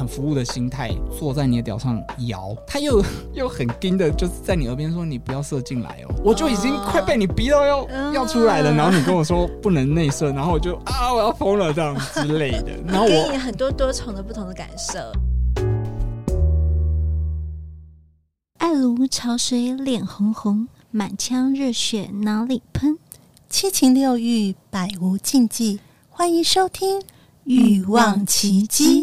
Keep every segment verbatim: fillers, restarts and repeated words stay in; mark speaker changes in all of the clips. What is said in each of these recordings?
Speaker 1: 很服务的心态坐在你的屌上摇，他又又很硬的就是在你耳边说你不要射进来哦，我就已经快被你逼到要、哦、要出来了，然后你跟我说不能内射，然后我就啊我要疯了这样之类的，然后我
Speaker 2: 给你很多多重的不同的感受。
Speaker 3: 爱如潮水脸红红，满腔热血哪里喷，
Speaker 4: 七情六欲百无禁忌，欢迎收听《欲望奇迹》。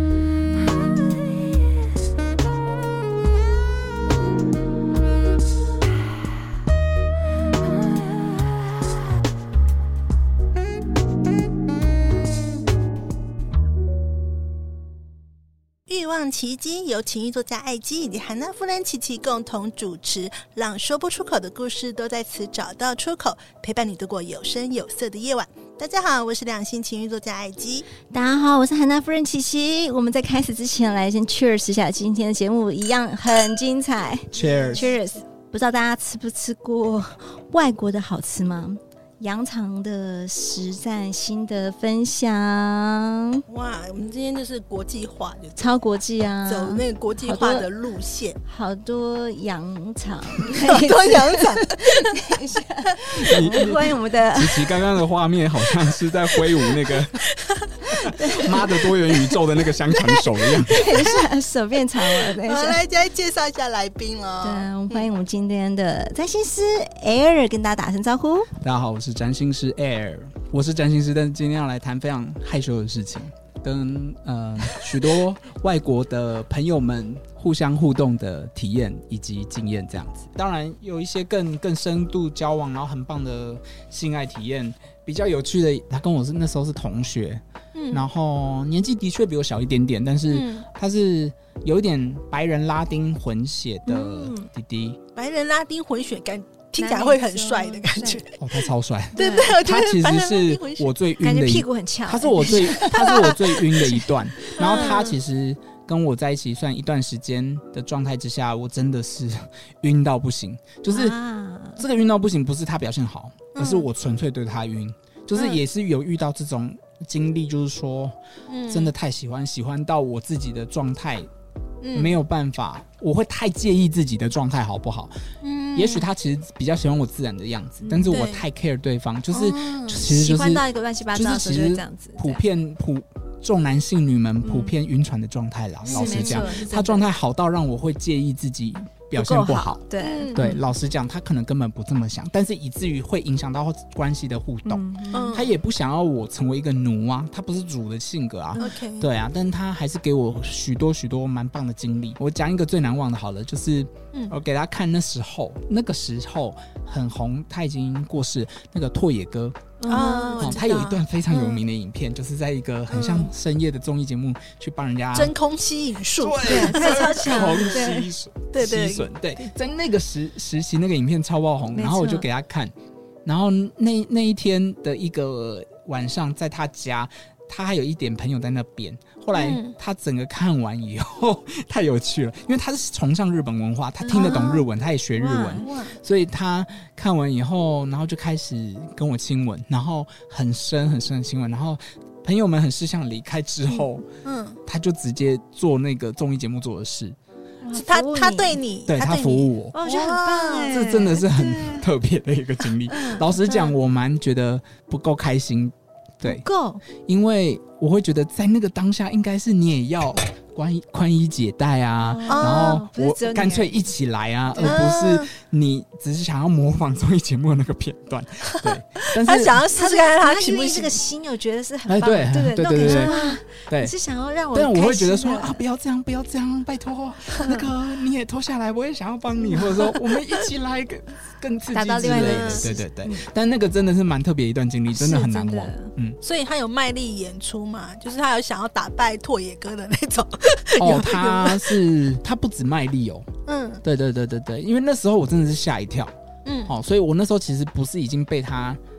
Speaker 4: 欲望奇迹由情欲作家艾姬以及韩娜夫人琪琪共同主持，让说不出口的故事都在此找到出口，陪伴你度过有声有色的夜晚。大家好，我是两性情欲作家艾姬。
Speaker 3: 大家好，我是韩娜夫人琪琪。我们在开始之前来先 cheers 一下，今天的节目一样很精彩。
Speaker 1: Cheers
Speaker 3: Cheers。 不知道大家吃不吃过外国的好吃吗？羊肠的实战心得分享。
Speaker 4: 哇，我们今天就是国际化，
Speaker 3: 超国际啊，
Speaker 4: 走那个国际化的路线，
Speaker 3: 好多羊肠，
Speaker 4: 好多羊肠。
Speaker 3: 等一下，欢迎我们的
Speaker 1: 琪琪刚刚的画面，好像是在挥舞那个妈的多元宇宙的那个香肠手一样。
Speaker 3: 等一下，手变长了。等一下，
Speaker 4: 好，来再介绍一下来宾了。
Speaker 3: 对，我们欢迎我们今天的占星师 Air 跟大家打声招呼。
Speaker 1: 大家好，我是占星师 Air， 我是占星师，但是今天要来谈非常害羞的事情，跟呃许多外国的朋友们互相互动的体验以及经验这样子。当然有一些更更深度交往，然后很棒的性爱体验。比较有趣的，他跟我是那时候是同学，嗯、然后年纪的确比我小一点点，但是他是有一点白人拉丁混血的弟弟。
Speaker 4: 嗯、白人拉丁混血感听起来会很帅的感觉。
Speaker 1: 哦，他超帅。
Speaker 4: 对对，我觉得
Speaker 1: 他其实是我最晕的一，
Speaker 3: 感觉屁股很翘。
Speaker 1: 他是我最他是我最晕的一段。然后他其实跟我在一起算一段时间的状态之下，我真的是晕到不行。就是这个晕到不行，不是他表现好，而是我纯粹对他晕。就是也是有遇到这种经历，就是说真的太喜欢，喜欢到我自己的状态没有办法，我会太介意自己的状态好不好。嗯，也许他其实比较喜欢我自然的样子，但是我太 care 对方，就是其实就是
Speaker 3: 喜欢到一个乱七八糟的时候就会这样子。
Speaker 1: 普遍普重男性女们普遍晕船的状态啦，老实讲，他状态好到让我会介意自己表现不好。
Speaker 3: 对
Speaker 1: 对，老实讲，他可能根本不这么想，但是以至于会影响到关系的互动。嗯、他也不想要我成为一个奴啊，他不是主的性格啊。
Speaker 4: Okay.
Speaker 1: 对啊，但他还是给我许多许多蛮棒的经历。我讲一个最难忘的好了，就是我给他看那时候，那个时候很红，他已经过世，那个拓野哥。
Speaker 4: 啊、
Speaker 1: 哦，他有一段非常有名的影片，嗯、就是在一个很像深夜的综艺节目、嗯、去帮人家
Speaker 4: 真空吸引术，
Speaker 1: 对，
Speaker 4: 太超强了，
Speaker 1: 吸吮，对对吸吮，对，在那个时实习那个影片超爆红，然后我就给他看，然后那那一天的一个晚上，在他家，他还有一点朋友在那边。后来他整个看完以后、嗯、太有趣了，因为他是崇尚日本文化，他听得懂日文、啊、他也学日文，所以他看完以后然后就开始跟我亲吻，然后很深很深的亲吻，然后朋友们很识相离开之后、嗯嗯、他就直接做那个综艺节目做的事，
Speaker 4: 他他对你，
Speaker 1: 对他服务我，
Speaker 3: 我觉得很棒哎，
Speaker 1: 这真的是很特别的一个经历。老实讲，我蛮觉得不够开心，对，
Speaker 3: 不够，
Speaker 1: 因为我会觉得在那个当下，应该是你也要宽宽衣解带啊，哦、然后我干脆一起来啊，而不是你只是想要模仿综艺节目的那个片段。对，但是
Speaker 4: 他想要试试看他行不行？
Speaker 3: 这个心，我觉得是很棒
Speaker 1: 的，哎、对对对对对对。
Speaker 3: 对，你是想要让我，
Speaker 1: 但我会觉得说啊，不要这样，不要这样，拜托，那个你也脱下来，我也想要帮你，或者说我们一起来更更刺激之类的。对对对，嗯、但那个真的是蛮特别一段经历，真的很难忘。嗯，
Speaker 4: 所以他有卖力演出嘛，就是他有想要打败拓野哥的那种。
Speaker 1: 哦，他是他不止卖力哦，嗯，对对对对对，因为那时候我真的是吓一跳，嗯，哦，所以我那时候其实不是已经被他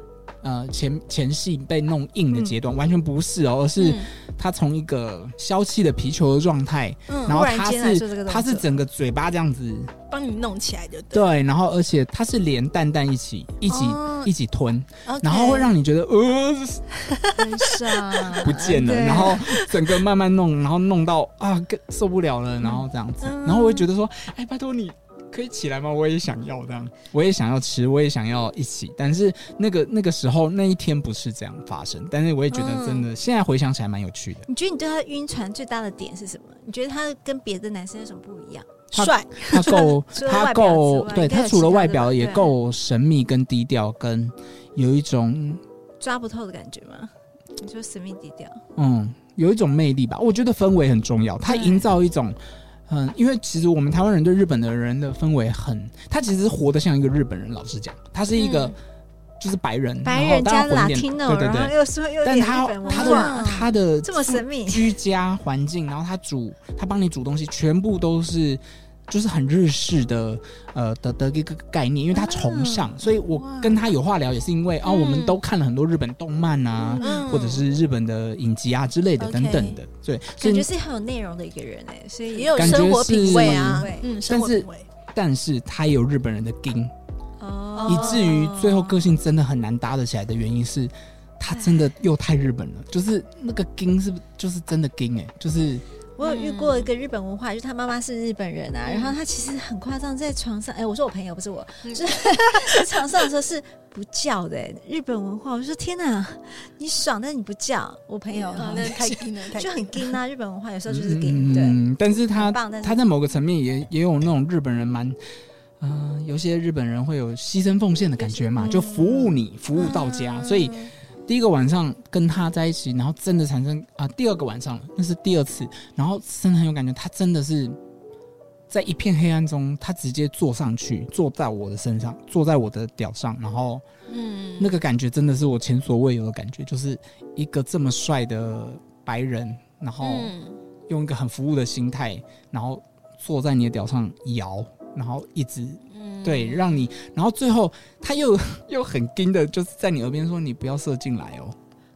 Speaker 1: 呃前前戏被弄硬的阶段，嗯、完全不是哦，而是他从一个消气的皮球的状态，嗯、然后他是他是整个嘴巴这样子
Speaker 4: 帮你弄起来的，
Speaker 1: 对，然后而且他是连蛋蛋一起一起、哦、一起吞，
Speaker 4: okay.
Speaker 1: 然后会让你觉得呃不见了，然后整个慢慢弄，然后弄到啊受不了了，然后这样子，嗯、然后我会觉得说，哎，拜托你。可以起来吗？我也想要这样，我也想要吃，我也想要一起。但是那个那个时候那一天不是这样发生，但是我也觉得真的，嗯、现在回想起来蛮有趣的。
Speaker 3: 你觉得你对他晕船最大的点是什么？你觉得他跟别的男生有什么不一样？
Speaker 4: 帅，
Speaker 1: 他够，他够，对他除了外表也够神秘跟低调，跟有一种
Speaker 3: 抓不透的感觉吗？你说神秘低调，
Speaker 1: 嗯，有一种魅力吧。我觉得氛围很重要，他营造一种。嗯，因为其实我们台湾人对日本的人的氛围很，他其实活得像一个日本人。老实讲，他是一个、嗯、就是白人，
Speaker 3: 白人加 Latino，
Speaker 1: 对对对，
Speaker 3: 然后又说又点日本文化，
Speaker 1: 但他他的他的
Speaker 3: 这么神秘
Speaker 1: 居家环境，然后他煮他帮你煮东西，全部都是就是很日式的呃的的一个概念，因为他崇尚，嗯、所以我跟他有话聊，也是因为啊、嗯哦，我们都看了很多日本动漫啊，嗯、或者是日本的影集啊之类的、嗯、等等的，对，
Speaker 3: 感觉是很有内容的一个人哎，所以
Speaker 4: 也有生活品味啊，
Speaker 1: 嗯，生活品味，但是他也有日本人的硬，哦，以至于最后个性真的很难搭得起来的原因是，他真的又太日本了，就是那个硬是就是真的硬哎，就是。
Speaker 3: 我有遇过一个日本文化，就是他妈妈是日本人啊，嗯、然后他其实很夸张，在床上，哎，我说我朋友不是我，嗯、就是在床上的时候是不叫的，日本文化，我就说天哪，你爽，但是你不叫，我朋友，
Speaker 4: 嗯、那太硬了，
Speaker 3: 就很硬啊，日本文化有时候就是硬，对，
Speaker 1: 嗯，但是他他在某个层面也也有那种日本人蛮。嗯、呃，有些日本人会有牺牲奉献的感觉嘛，嗯、就服务你，服务到家，嗯、所以。第一个晚上跟他在一起，然后真的产生啊、呃，第二个晚上那是第二次，然后真的很有感觉，他真的是在一片黑暗中，他直接坐上去，坐在我的身上，坐在我的屌上，然后，嗯，那个感觉真的是我前所未有的感觉，就是一个这么帅的白人，然后用一个很服务的心态，然后坐在你的屌上摇，然后一直。对，让你，然后最后他又又很硬的，就是在你耳边说：“你不要射进来哦。”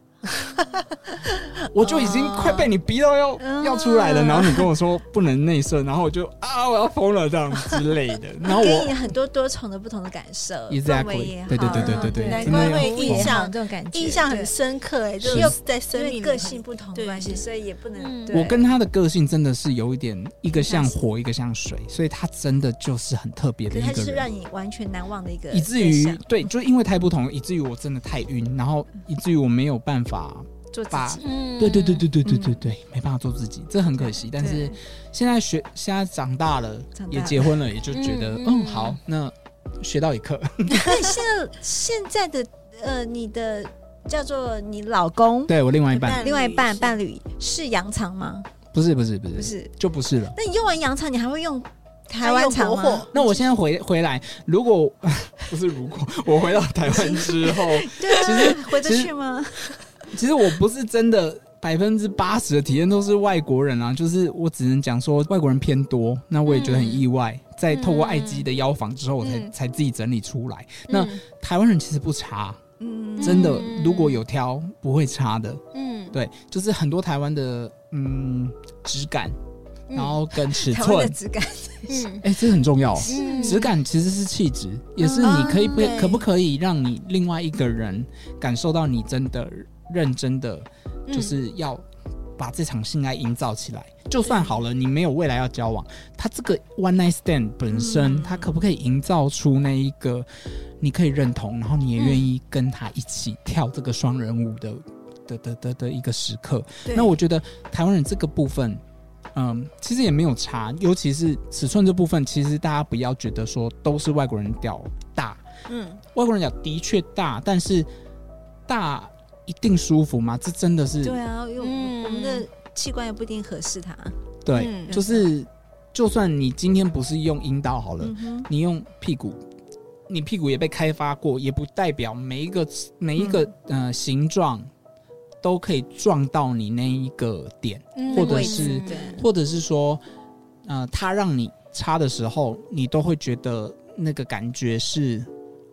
Speaker 1: 我就已经快被你逼到要、哦、要出来了，然后你跟我说不能内射，然后我就啊我要疯了这样之类的。然后我
Speaker 3: 给你很多多重的不同的感受
Speaker 1: ，exactly， 对对对对对对，
Speaker 4: 难怪会印象
Speaker 3: 这种感觉，
Speaker 4: 印象很深刻哎，就是又在生命
Speaker 3: 因为个性不同的关系，所以也不能。嗯、
Speaker 1: 我跟他的个性真的是有一点，一个像火，一个像水，所以他真的就是很特别的一个人，
Speaker 3: 他就是让你完全难忘的一个，
Speaker 1: 以至于对，就因为太不同，以至于我真的太晕，然后以至于我没有办法。
Speaker 3: 做自己，
Speaker 1: 对对对对对对对对，没办法做自己，这很可惜。但是现在学，现在长大了，也结婚了，也就觉得，嗯，嗯好，那学到一课。
Speaker 3: 那现在现在的呃，你的叫做你老公，
Speaker 1: 对我另外一半，
Speaker 3: 另外一半伴侣是洋肠吗？
Speaker 1: 不是不是不是
Speaker 3: 不是，
Speaker 1: 就不是了。
Speaker 3: 那你用完洋肠，你还会用台湾肠吗？
Speaker 1: 那我现在回回来，如果不是如果我回到台湾之后，
Speaker 3: 对啊，
Speaker 1: 其实
Speaker 3: 回得去吗？
Speaker 1: 其实我不是真的百分之八十的体验都是外国人啊，就是我只能讲说外国人偏多，那我也觉得很意外。嗯、在透过艾姬的邀访之后，我才、嗯、才自己整理出来。嗯、那台湾人其实不差，嗯，真的如果有挑不会差的，嗯，对，就是很多台湾的嗯质感。然后跟尺寸，
Speaker 3: 台湾的质感，
Speaker 1: 嗯，哎、欸，这很重要。嗯、质感其实是气质，也是你可以不、嗯、可不可以让你另外一个人感受到你真的认真的，就是要把这场性爱营造起来。嗯、就算好了，你没有未来要交往，他这个 one night stand 本身，嗯、他可不可以营造出那一个你可以认同，然后你也愿意跟他一起跳这个双人舞的的的的的一个时刻？那我觉得台湾人这个部分。嗯，其实也没有差，尤其是尺寸这部分，其实大家不要觉得说都是外国人屌大，嗯，外国人屌的确大，但是大一定舒服吗？这真的是
Speaker 3: 对啊，因为我们的器官也不一定合适它。
Speaker 1: 对，嗯、就是就算你今天不是用阴道好了，嗯、你用屁股，你屁股也被开发过，也不代表每一个每一个、嗯、呃形状。都可以撞到你那一个点，嗯、或者是，或者是说，呃，它让你插的时候，你都会觉得那个感觉是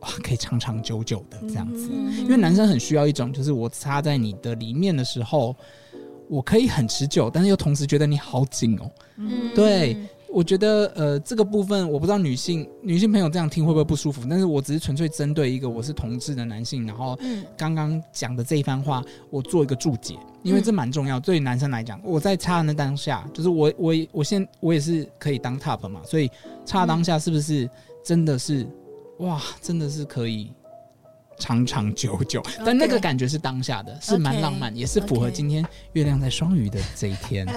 Speaker 1: 哇可以长长久久的这样子、嗯、因为男生很需要一种就是我插在你的里面的时候我可以很持久但是又同时觉得你好紧哦、嗯、对，我觉得呃这个部分我不知道女性女性朋友这样听会不会不舒服，但是我只是纯粹针对一个我是同志的男性，然后刚刚讲的这一番话我做一个注解，因为这蛮重要、嗯、对于男生来讲，我在插的当下就是我我我现我也是可以当 top 嘛，所以插的当下是不是真的是、嗯、哇真的是可以长长久久、okay. 但那个感觉是当下的，是蛮浪漫、okay. 也是符合今天月亮在双鱼的这一天。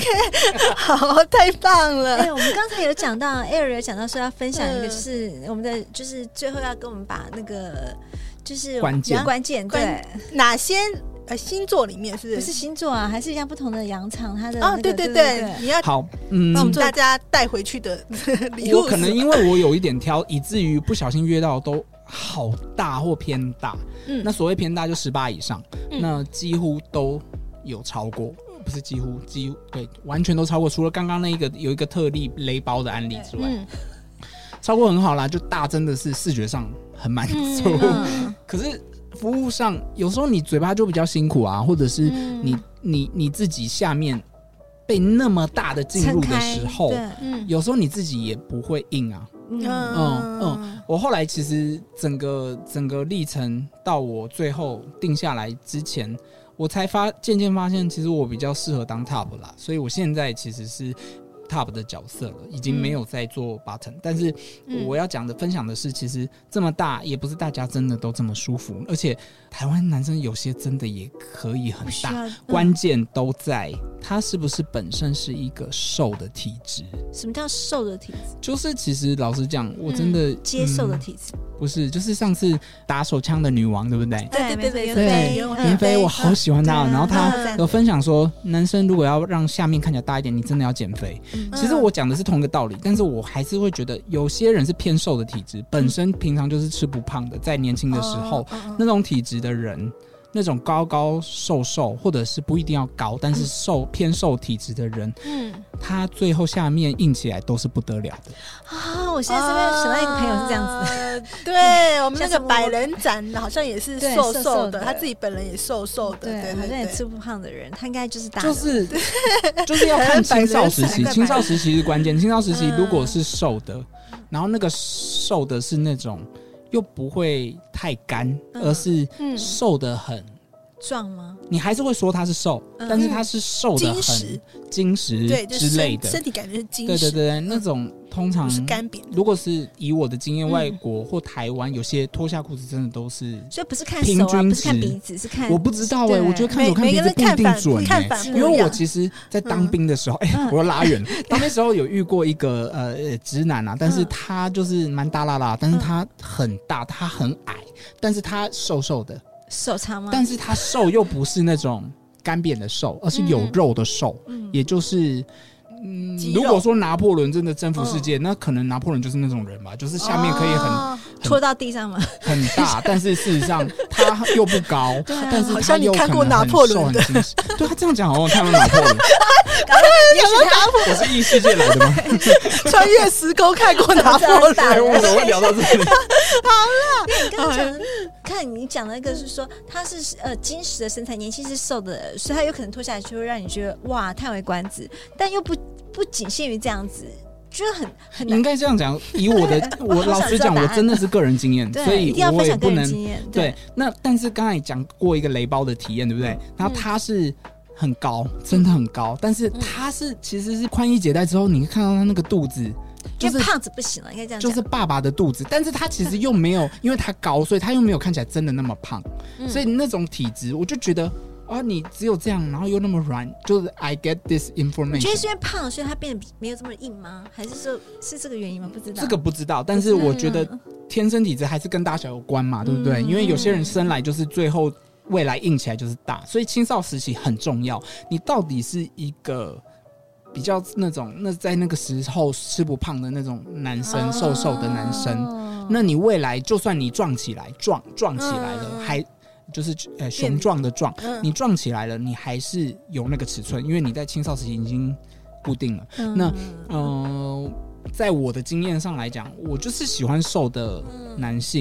Speaker 4: OK 好，太棒了、
Speaker 3: 欸、我们刚才有讲到 Air 有讲到说要分享一个就是我们的就是最后要跟我们把那个就是
Speaker 1: 关键
Speaker 3: 关键对
Speaker 4: 哪些呃星座里面是不是
Speaker 3: 不是星座啊，还是像不同的羊场它的、
Speaker 4: 那個、哦对对 对, 对, 对你要
Speaker 1: 好嗯
Speaker 4: 帮我们大家带回去的礼物。
Speaker 1: 我可能因为我有一点挑以至于不小心约到都好大或偏大、嗯、那所谓偏大就十八以上、嗯、那几乎都有超过，不是几乎几乎对完全都超过，除了刚刚那一个有一个特例雷包的案例之外、嗯、超过很好啦，就大真的是视觉上很满足、嗯嗯、可是服务上有时候你嘴巴就比较辛苦啊，或者是你、嗯、你你自己下面被那么大的进入的时候、嗯、有时候你自己也不会硬啊。嗯嗯嗯，我后来其实整个整个历程到我最后定下来之前，我才发渐渐发现，其实我比较适合当 top 啦，所以我现在其实是 top 的角色了，已经没有在做 bottom、嗯、但是我要讲的、嗯、分享的是，其实这么大也不是大家真的都这么舒服，而且台湾男生有些真的也可以很大、嗯、关键都在他是不是本身是一个瘦的体质。
Speaker 3: 什么叫瘦的体质？
Speaker 1: 就是其实老实讲我真的、
Speaker 3: 嗯、接受的体质、嗯、
Speaker 1: 不是，就是上次打手枪的女王对不对？
Speaker 3: 对对对
Speaker 1: 对，袁飞我好喜欢她、嗯、然后她有分享说男生如果要让下面看起来大一点你真的要减肥、嗯、其实我讲的是同一个道理，但是我还是会觉得有些人是偏瘦的体质，本身平常就是吃不胖的，在年轻的时候、嗯、那种体质的人，那种高高瘦瘦或者是不一定要高但是瘦、嗯、偏瘦体质的人，嗯，他最后下面硬起来都是不得了的
Speaker 3: 啊！我现在这边想到一个朋友是这样子、
Speaker 4: 啊、对我们那个百人斩好像也是瘦瘦的，他自己本人也瘦瘦的， 对, 对, 对, 对，
Speaker 3: 好像也吃不胖的人，他应该就是大
Speaker 1: 就是就是要看青少时期青少时期是关键，青少时期如果是瘦的、嗯、然后那个瘦的是那种又不会太干、嗯、而是瘦的很
Speaker 3: 壮吗？
Speaker 1: 你还是会说他是瘦、嗯、但是他是瘦的很精实之类的，
Speaker 4: 对，身体感觉是精
Speaker 1: 实，对对对、嗯、那种通常
Speaker 4: 不是干扁。
Speaker 1: 如果是以我的经验、嗯、外国或台湾有些脱下裤子真的都是，
Speaker 3: 所以不是看手啊，不是看鼻子，是看
Speaker 1: 我不知道哎、欸，我觉得看手看鼻子不一定准哎、欸，因为我其实在当兵的时候，哎、嗯欸，我要拉远了，当兵时候有遇过一个呃直男啊，但是他就是蛮大啦啦，但是他很大，他很矮，但是他瘦瘦的。
Speaker 3: 手长吗？
Speaker 1: 但是他瘦又不是那种干扁的瘦，而是有肉的瘦、嗯、也就是嗯，如果说拿破仑真的征服世界、嗯、那可能拿破仑就是那种人吧，就是下面可以很、哦、
Speaker 3: 很拖到地上吗？
Speaker 1: 很大，但是事实上他又不高、啊、但是他又可能很瘦很精实。对，他这样讲好像看过拿破仑
Speaker 4: 也许他
Speaker 1: 我是异世界来的吗？
Speaker 4: 穿越时空看过拿破仑。
Speaker 1: 对，我怎么会聊到这里？
Speaker 3: 好了，因为你刚刚讲，看你讲的一个是说他是呃精实的身材，年轻是瘦的，所以他有可能脱下来就会让你觉得哇叹为观止，但又不不仅限于这样子。觉得很很
Speaker 1: 应该这样讲，以我的我老实讲，我真的是个人经验，所以我也不能
Speaker 3: 对,
Speaker 1: 对。那但是刚才讲过一个雷包的体验，对不对？然后他是很高，真的很高，但是他是其实是宽衣解带之后，你看到他那个肚子。
Speaker 3: 就是胖子不行了，应该这样讲。
Speaker 1: 就是爸爸的肚子，但是他其实又没有，因为他高，所以他又没有看起来真的那么胖，嗯、所以那种体质，我就觉得啊，你只有这样，然后又那么软，就是 I get this information。
Speaker 3: 你觉得是因为胖，所以他变得没有这么硬吗？还是说是这个原因吗？不知道，
Speaker 1: 这个不知道，但是我觉得天生体质还是跟大小有关嘛，对不对？嗯、因为有些人生来就是最后未来硬起来就是大，所以青少时期很重要。你到底是一个。比较那种那在那个时候吃不胖的那种男生、哦、瘦瘦的男生，那你未来就算你壮起来壮壮起来了、嗯、还就是呃雄壮的壮、嗯、你壮起来了你还是有那个尺寸，因为你在青少时期已经固定了、嗯、那呃在我的经验上来讲，我就是喜欢瘦的男性、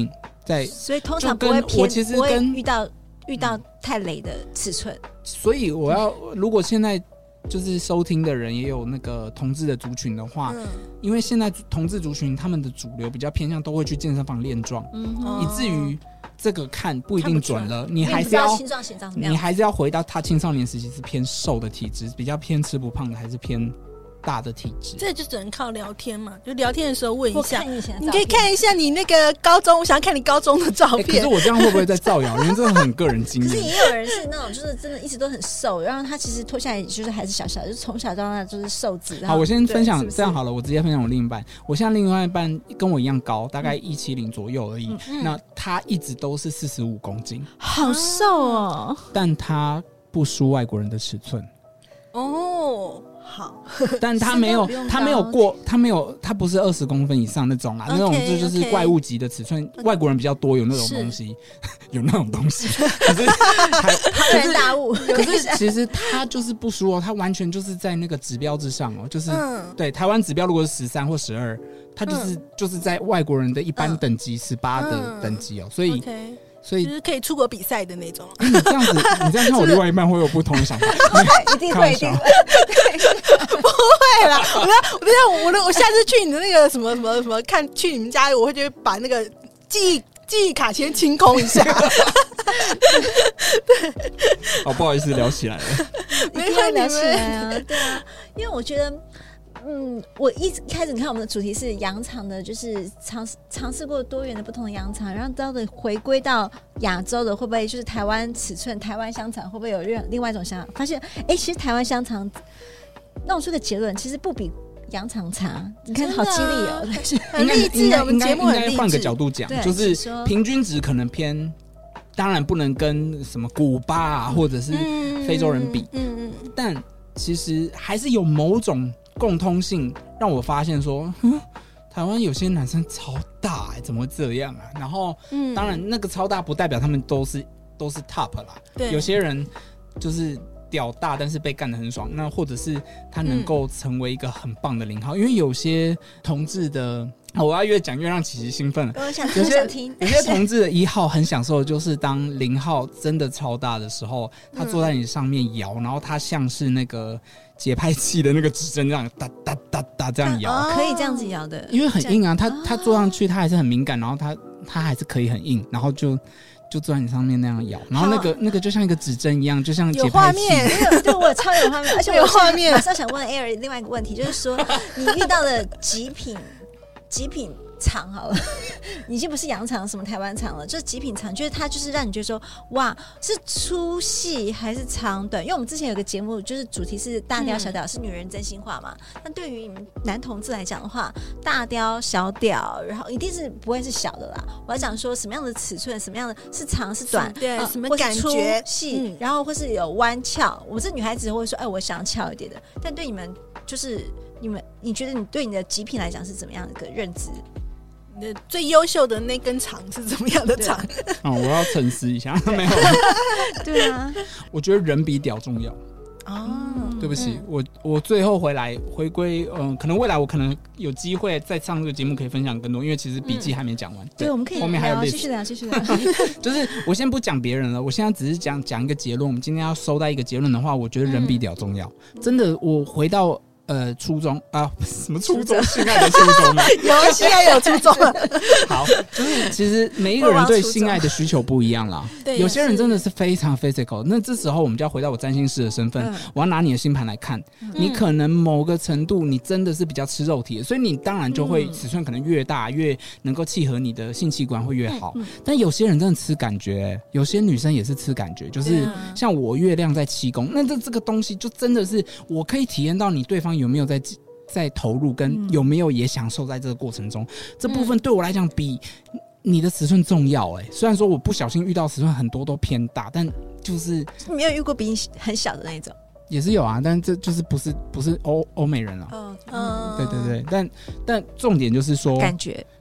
Speaker 1: 在，
Speaker 3: 所以通常不会偏，
Speaker 1: 我其实跟
Speaker 3: 不会遇到遇到太雷的尺寸。
Speaker 1: 所以我要，如果现在就是收听的人也有那个同志的族群的话，嗯、因为现在同志族群他们的主流比较偏向都会去健身房练壮，嗯、以至于这个看不一定准了，你还是要你还是要回到他青少年时期是偏瘦的体质，比较偏吃不胖的，还是偏大的体质。
Speaker 4: 这就只能靠聊天嘛，就聊天的时候问一下，
Speaker 3: 你
Speaker 4: 可以看一下你那个高中，我想要看你高中的照片。
Speaker 1: 欸、可是我这样会不会在造谣？因为这很个人经验。
Speaker 3: 可是也有人是那种就是真的一直都很瘦，然后他其实脱下来就是还是小小的，就是从小到大就是瘦子。
Speaker 1: 好，我先分享是是这样好了，我直接分享我另一半。我现在另外一半跟我一样高，大概一七零左右而已。嗯、那他一直都是四十五公斤，
Speaker 3: 好瘦哦。
Speaker 1: 但他不输外国人的尺寸。
Speaker 4: 哦。好，
Speaker 1: 但他没有，他没有过，他没有，他不是二十公分以上那种啦， okay, 那种就就是怪物级的尺寸， okay. 外国人比较多有那种东西，有那种东西，可是
Speaker 3: 庞然大物。
Speaker 1: 可是其实他就是不输哦，他完全就是在那个指标之上哦，就是、嗯、对台湾指标如果是十三或十二，他就是、嗯、就是在外国人的一般等级十八的等级哦，所以。
Speaker 4: Okay.
Speaker 1: 所以
Speaker 4: 就是可以出国比赛的那种。
Speaker 1: 欸、你这样子，你这样看我另外一半会有不同的想法。
Speaker 3: 一定会，一定会。
Speaker 4: 不会啦！我我我我下次去你的那个什么什么什么看去你们家，我会觉得把那个记忆记忆卡先清空一下。
Speaker 1: 好，不好意思，聊起来了。
Speaker 3: 没关系，聊起来啊，对啊，因为我觉得。嗯，我一开始你看我们的主题是羊肠的，就是尝尝试过多元的不同的羊肠，然后到的回归到亚洲的，会不会就是台湾尺寸、台湾香肠会不会有另外一种想法？发现哎、欸，其实台湾香肠弄出个结论，其实不比羊肠差。你看，好激励哦，
Speaker 4: 很励志。我们节目很励志。
Speaker 1: 换个角度讲，就是平均值可能偏，当然不能跟什么古巴啊、嗯、或者是非洲人比，嗯嗯，但其实还是有某种。共通性让我发现说，台湾有些男生超大、欸，怎么会这样啊？然后，嗯、当然那个超大不代表他们都是都是 top 啦，对，有些人就是屌大，但是被干得很爽。那或者是他能够成为一个很棒的零号，嗯、因为有些同志的。我要越讲越让琪琪兴奋了。
Speaker 3: 我想听，有些听
Speaker 1: 有些同志的一号很享受的就是当零号真的超大的时候，他坐在你上面摇，嗯、然后他像是那个节拍器的那个指针这样哒哒哒哒这样摇，
Speaker 3: 哦、可以这样子摇的，
Speaker 1: 因为很硬啊，他他坐上去他还是很敏感，然后他他还是可以很硬，然后就。就坐在你上面那样摇，然后那个那个就像一个指针一样，就像节拍器。
Speaker 3: 有画面，对，我超有画面，而且我有画面。马上想问 Air 另外一个问题，就是说你遇到的极品极品肠好了，已经不是羊肠什么台湾肠了，就是极品肠，就是它就是让你觉得说，哇，是粗细还是长短？因为我们之前有个节目，就是主题是大雕小屌、嗯、是女人真心话嘛。那对于你们男同志来讲的话，大雕小屌，然后一定是不会是小的啦。我要讲说什么样的尺寸，什么样的是长是短，
Speaker 4: 对，呃、什么感觉
Speaker 3: 细、嗯，然后或是有弯翘。我是女孩子会说，哎，我想要翘一点的。但对你们，就是你们，你觉得你对你的极品来讲是怎么样的一个认知？
Speaker 4: 你的最优秀的那根肠是怎么样的肠？
Speaker 1: 哦，我要沉思一下，没有。
Speaker 3: 对啊，
Speaker 1: 我觉得人比屌重要。
Speaker 3: 哦，
Speaker 1: 对不起，嗯、我我最后回来回归，嗯、呃，可能未来我可能有机会再上这个节目可以分享更多，因为其实笔记还没讲完、嗯。对，
Speaker 3: 我们可以
Speaker 1: 后面还有
Speaker 3: 继续聊，继续聊。
Speaker 1: 就是我先不讲别人了，我现在只是讲讲一个结论。我们今天要收到一个结论的话，我觉得人比屌重要。嗯、真的，我回到。呃，初中啊，什么初中？性爱的初中吗？
Speaker 4: 有性爱有初中了。
Speaker 1: 好，就是其实每一个人对性爱的需求不一样啦。对，有些人真的是非常 physical。那这时候我们就要回到我占星师的身份，嗯、我要拿你的星盘来看，嗯、你可能某个程度你真的是比较吃肉体的，所以你当然就会尺寸可能越大，越能够契合你的性器官会越好。嗯、但有些人真的吃感觉，有些女生也是吃感觉，就是像我月亮在七宫，那这这个东西就真的是我可以体验到你对方有没有在在投入，跟有没有也享受在这个过程中，嗯、这部分对我来讲比你的尺寸重要。哎、欸，虽然说我不小心遇到尺寸很多都偏大，但就是
Speaker 3: 你没有遇过比你很小的那种。
Speaker 1: 也是有啊，但这就是不是不是欧欧美人了。嗯嗯，对对对，但但重点就是说
Speaker 3: 感觉，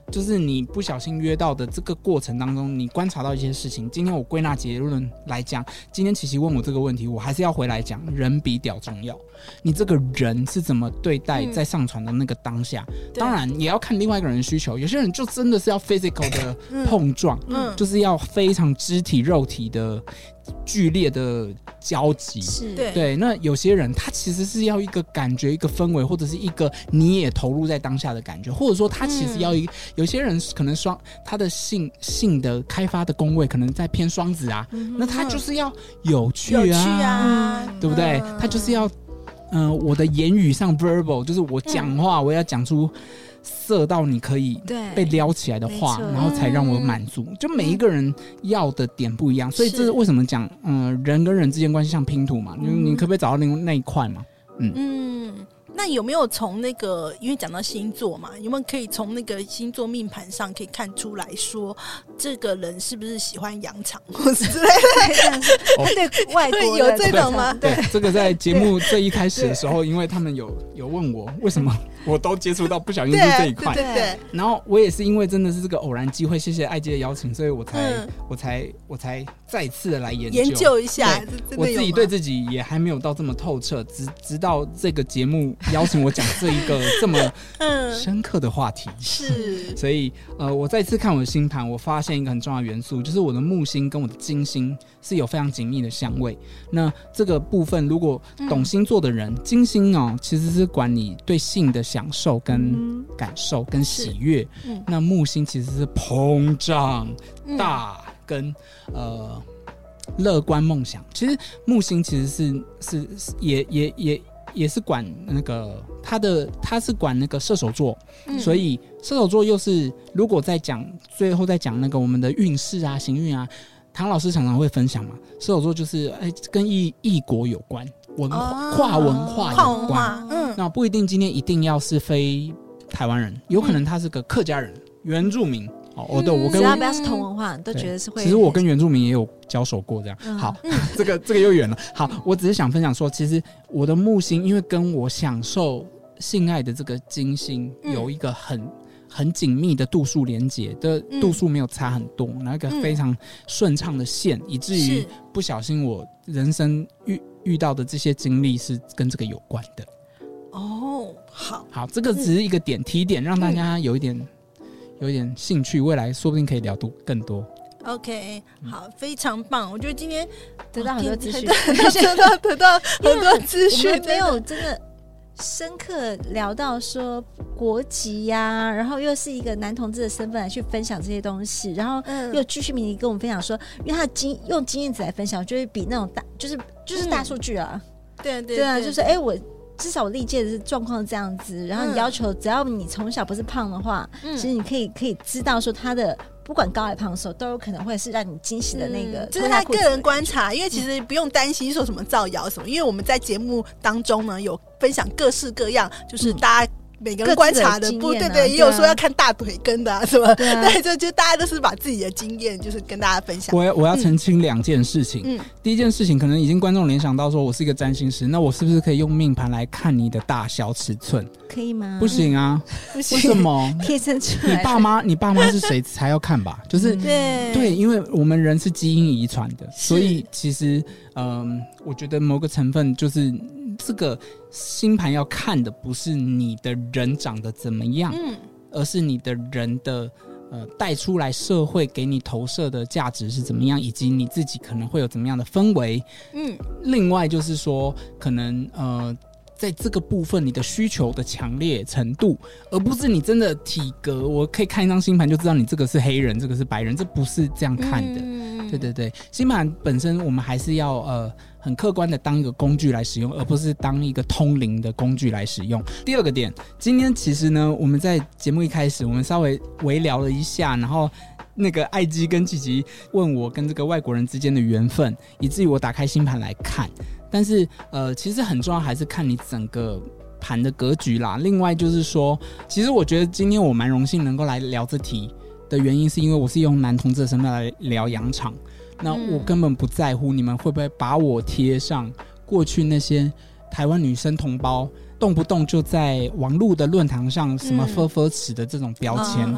Speaker 1: 就是你不小心约到的这个过程当中，你观察到一些事情。今天我归纳结论来讲，今天琪琪问我这个问题，我还是要回来讲，人比屌重要。你这个人是怎么对待在上传的那个当下、嗯、当然也要看另外一个人的需求。有些人就真的是要 physical 的碰撞、嗯嗯、就是要非常肢体肉体的剧烈的交集，
Speaker 3: 是
Speaker 1: 对, 对。那有些人他其实是要一个感觉，一个氛围，或者是一个你也投入在当下的感觉，或者说他其实要一个、嗯、有些人可能双他的性性的开发的宫位可能在偏双子啊、嗯、那他就是要有趣啊，
Speaker 3: 有趣啊，
Speaker 1: 对不对、嗯、他就是要嗯、呃，我的言语上 verbal 就是我讲话、嗯、我要讲出色到你可以被撩起来的话，然后才让我满足、嗯、就每一个人要的点不一样、嗯、所以这是为什么讲嗯、呃，人跟人之间关系像拼图嘛、嗯、你可不可以找到另那一块嘛。嗯嗯，
Speaker 4: 那有没有从那个，因为讲到星座嘛，有没有可以从那个星座命盘上可以看出来说，这个人是不是喜欢羊肠或是之类的？
Speaker 3: 哦、对，外国
Speaker 4: 有这种吗？
Speaker 1: 对，对这个在节目最一开始的时候，因为他们有有问我为什么我都接触到不小心是这一块，
Speaker 4: 对对 对, 对。
Speaker 1: 然后我也是因为真的是这个偶然机会，谢谢艾姬的邀请，所以我才、嗯、我才我才再次的来研究
Speaker 4: 研究一下。
Speaker 1: 我自己对自己也还没有到这么透彻，直直到这个节目邀请我讲这一个这么深刻的话题，
Speaker 4: 是。
Speaker 1: 所以呃，我再次看我的星盘，我发现一个很重要的元素，就是我的木星跟我的金星是有非常紧密的相位。那这个部分，如果懂星座的人，嗯、金星哦，其实是管你对性的享受跟感受跟喜悦、嗯、那木星其实是膨胀、嗯、大跟呃乐观梦想。其实木星其实是是也也也也是管那个他的他是管那个射手座、嗯、所以射手座又是如果在讲最后再讲那个我们的运势啊行运啊，唐老师常常会分享嘛，射手座就是哎跟异异国有关，文化、哦、跨文化有关，嗯，那不一定今天一定要是非台湾人，有可能他是个客家人、嗯、原住民。哦，我对我跟
Speaker 3: 只要不要是同文化，都觉得是会。
Speaker 1: 其实我跟原住民也有交手过，这样。嗯、好，这个这个又远了。好，我只是想分享说，其实我的木星，因为跟我享受性爱的这个金星有一个很、嗯、很紧密的度数连结的度数没有差很多，嗯、那个非常顺畅的线，嗯、以至于不小心我人生遇遇到的这些经历是跟这个有关的。
Speaker 4: 哦，好，
Speaker 1: 好，这个只是一个点提点，让大家有一点。有点兴趣，未来说不定可以聊多更多。
Speaker 4: OK， 好，非常棒！我觉得今天
Speaker 3: 得到很多资讯，
Speaker 4: 得到得到很多资讯，
Speaker 3: 我们没有真的深刻聊到说国籍呀、啊，然后又是一个男同志的身份来去分享这些东西，然后又继续明跟我们分享说，因为他经用经验值来分享，就会比那种大就是就是大数据啊，
Speaker 4: 嗯、对对
Speaker 3: 对啊，就是哎、欸、我。至少我历届的状况是这样子，然后你要求只要你从小不是胖的话、嗯、其实你可以可以知道说他的不管高矮胖瘦都有可能会是让你惊喜的那个、嗯、
Speaker 4: 这是他个人观察，因为其实不用担心说什么造谣什么、嗯、因为我们在节目当中呢有分享各式各样就是大家、嗯每个人观察的不、啊、对对，也有说要看大腿根的啊什么，对、啊，对，就就大家都是把自己的经验就是跟大家分享。
Speaker 1: 我要我要澄清两件事情，嗯，第一件事情可能已经观众联想到说我是一个占星师，那我是不是可以用命盘来看你的大小尺寸？
Speaker 3: 可以吗？
Speaker 1: 不行啊，
Speaker 3: 不行，
Speaker 1: 为什么？
Speaker 3: 可以生出来。
Speaker 1: 你爸妈，你爸妈是谁才要看吧？就是、嗯、
Speaker 3: 对
Speaker 1: 对，因为我们人是基因遗传的，所以其实嗯、呃，我觉得某个成分就是。这个星盘要看的不是你的人长得怎么样、嗯、而是你的人的呃带出来社会给你投射的价值是怎么样，以及你自己可能会有怎么样的氛围。嗯，另外就是说可能呃在这个部分你的需求的强烈程度，而不是你真的体格我可以看一张星盘就知道你这个是黑人这个是白人，这不是这样看的、嗯、对对对，星盘本身我们还是要呃很客观的当一个工具来使用，而不是当一个通灵的工具来使用。第二个点，今天其实呢我们在节目一开始我们稍微微聊了一下，然后那个艾姬跟琪琪问我跟这个外国人之间的缘分，以至于我打开星盘来看，但是呃，其实很重要还是看你整个盘的格局啦。另外就是说，其实我觉得今天我蛮荣幸能够来聊这题的原因，是因为我是用男同志的身份来聊洋场。那我根本不在乎你们会不会把我贴上过去那些台湾女生同胞动不动就在网络的论坛上什么 f 呵 f 尺的这种标签、嗯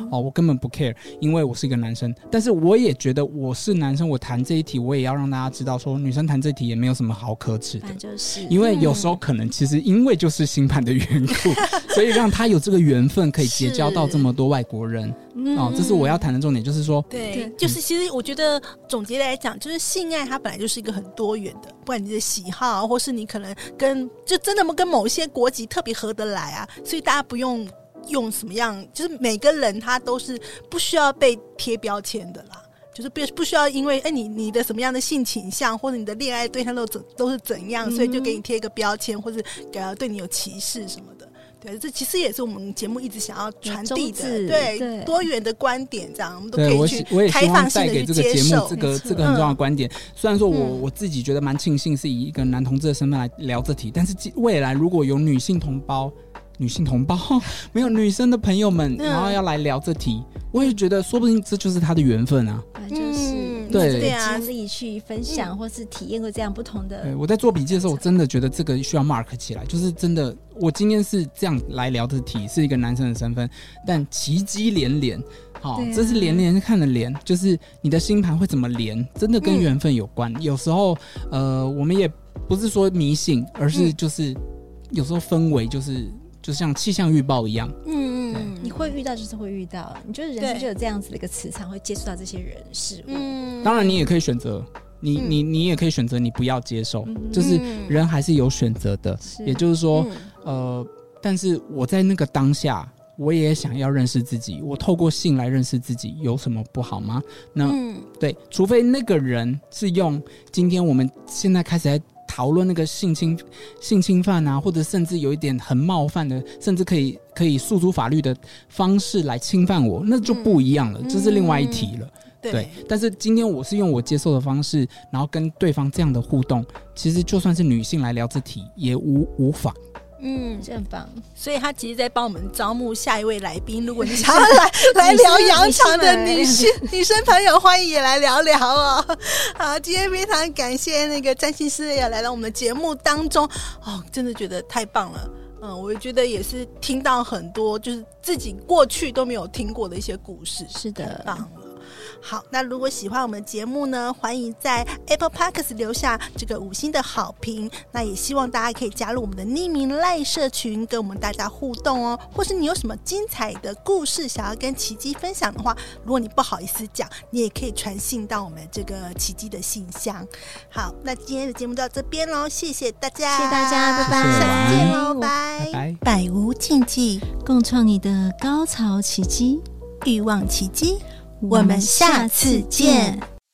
Speaker 1: 哦，我根本不 care， 因为我是一个男生。但是我也觉得我是男生，我谈这一题，我也要让大家知道说，女生谈这一题也没有什么好可耻的，
Speaker 3: 就是，
Speaker 1: 因为有时候可能其实因为就是星盘的缘故，所以让他有这个缘分可以结交到这么多外国人。哦，这是我要谈的重点，就是说，
Speaker 4: 对，就是其实我觉得总结来讲，就是性爱它本来就是一个很多元的，不管你的喜好，或是你可能跟就真的跟某些国籍特别合得来啊，所以大家不用用什么样，就是每个人他都是不需要被贴标签的啦。就是不不需要因为哎你你的什么样的性倾向或者你的恋爱对象都怎都是怎样，所以就给你贴一个标签，或者呃对你有歧视什么的。对，这其实也是我们节目一直想要传递的，对, 对多元的观点，这样我们都可以去开放性的去接受。
Speaker 1: 这个这个很重要的观点。虽然说我、嗯、我自己觉得蛮庆幸是以一个男同志的身份来聊这题，但是未来如果有女性同胞。女性同胞没有女生的朋友们，然后要来聊这题，我也觉得说不定这就是他的缘分啊。
Speaker 3: 就是
Speaker 1: 对
Speaker 3: 对啊，经历去分享、嗯、或是体验过这样不同的。
Speaker 1: 对，我在做笔记的时候，我真的觉得这个需要 mark 起来，就是真的，我今天是这样来聊这题，是一个男生的身份，但奇迹连连。好、哦啊，这是连连看的连，就是你的星盘会怎么连，真的跟缘分有关、嗯。有时候，呃，我们也不是说迷信，而是就是有时候氛围就是。就像气象预报一样，
Speaker 3: 嗯嗯，你会遇到就是会遇到，你觉得人生就有这样子的一个磁场，会接触到这些人事物。嗯，
Speaker 1: 当然你也可以选择，你、嗯、你你也可以选择你不要接受，嗯、就是人还是有选择的。也就是说、嗯，呃，但是我在那个当下，我也想要认识自己，我透过性来认识自己，有什么不好吗？那、嗯、对，除非那个人是用今天我们现在开始在。讨论那个性侵性侵犯啊，或者甚至有一点很冒犯的，甚至可以可以诉诸法律的方式来侵犯我，那就不一样了，这、嗯、是另外一题了。对, 对，但是今天我是用我接受的方式，然后跟对方这样的互动，其实就算是女性来聊这题也无无妨。
Speaker 3: 嗯，这很棒。
Speaker 4: 所以他其实在帮我们招募下一位来宾，如果你想要来来聊羊肠的女性女生朋友，欢迎也来聊聊哦。好，今天非常感谢那个占星师也来到我们的节目当中哦，真的觉得太棒了。嗯，我觉得也是听到很多就是自己过去都没有听过的一些故事，
Speaker 3: 是的，
Speaker 4: 太棒了。好，那如果喜欢我们的节目呢，欢迎在 Apple Podcast 留下这个五星的好评。那也希望大家可以加入我们的匿名赖社群，跟我们大家互动哦。或是你有什么精彩的故事想要跟奇迹分享的话，如果你不好意思讲，你也可以传信到我们这个奇迹的信箱。好，那今天的节目就到这边咯，谢谢大家，
Speaker 3: 谢谢大家，拜拜，
Speaker 4: 下次见咯，拜
Speaker 1: 拜，
Speaker 4: 百无禁忌，
Speaker 3: 共创你的高潮奇迹，
Speaker 4: 欲望奇迹。我们下次见。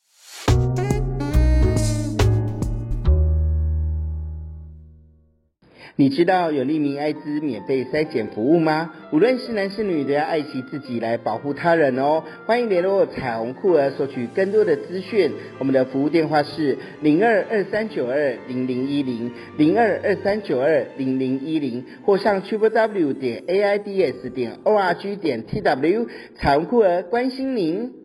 Speaker 5: 你知道有利民艾滋免费筛检服务吗？无论是男是女，都要爱惜自己来保护他人哦。欢迎联络彩虹酷儿索取更多的资讯。我们的服务电话是零二二三九二零零一零 零二二三九二零零一零，或上 triple w 点 a i d s 点 org 点 t w。彩虹酷儿关心您。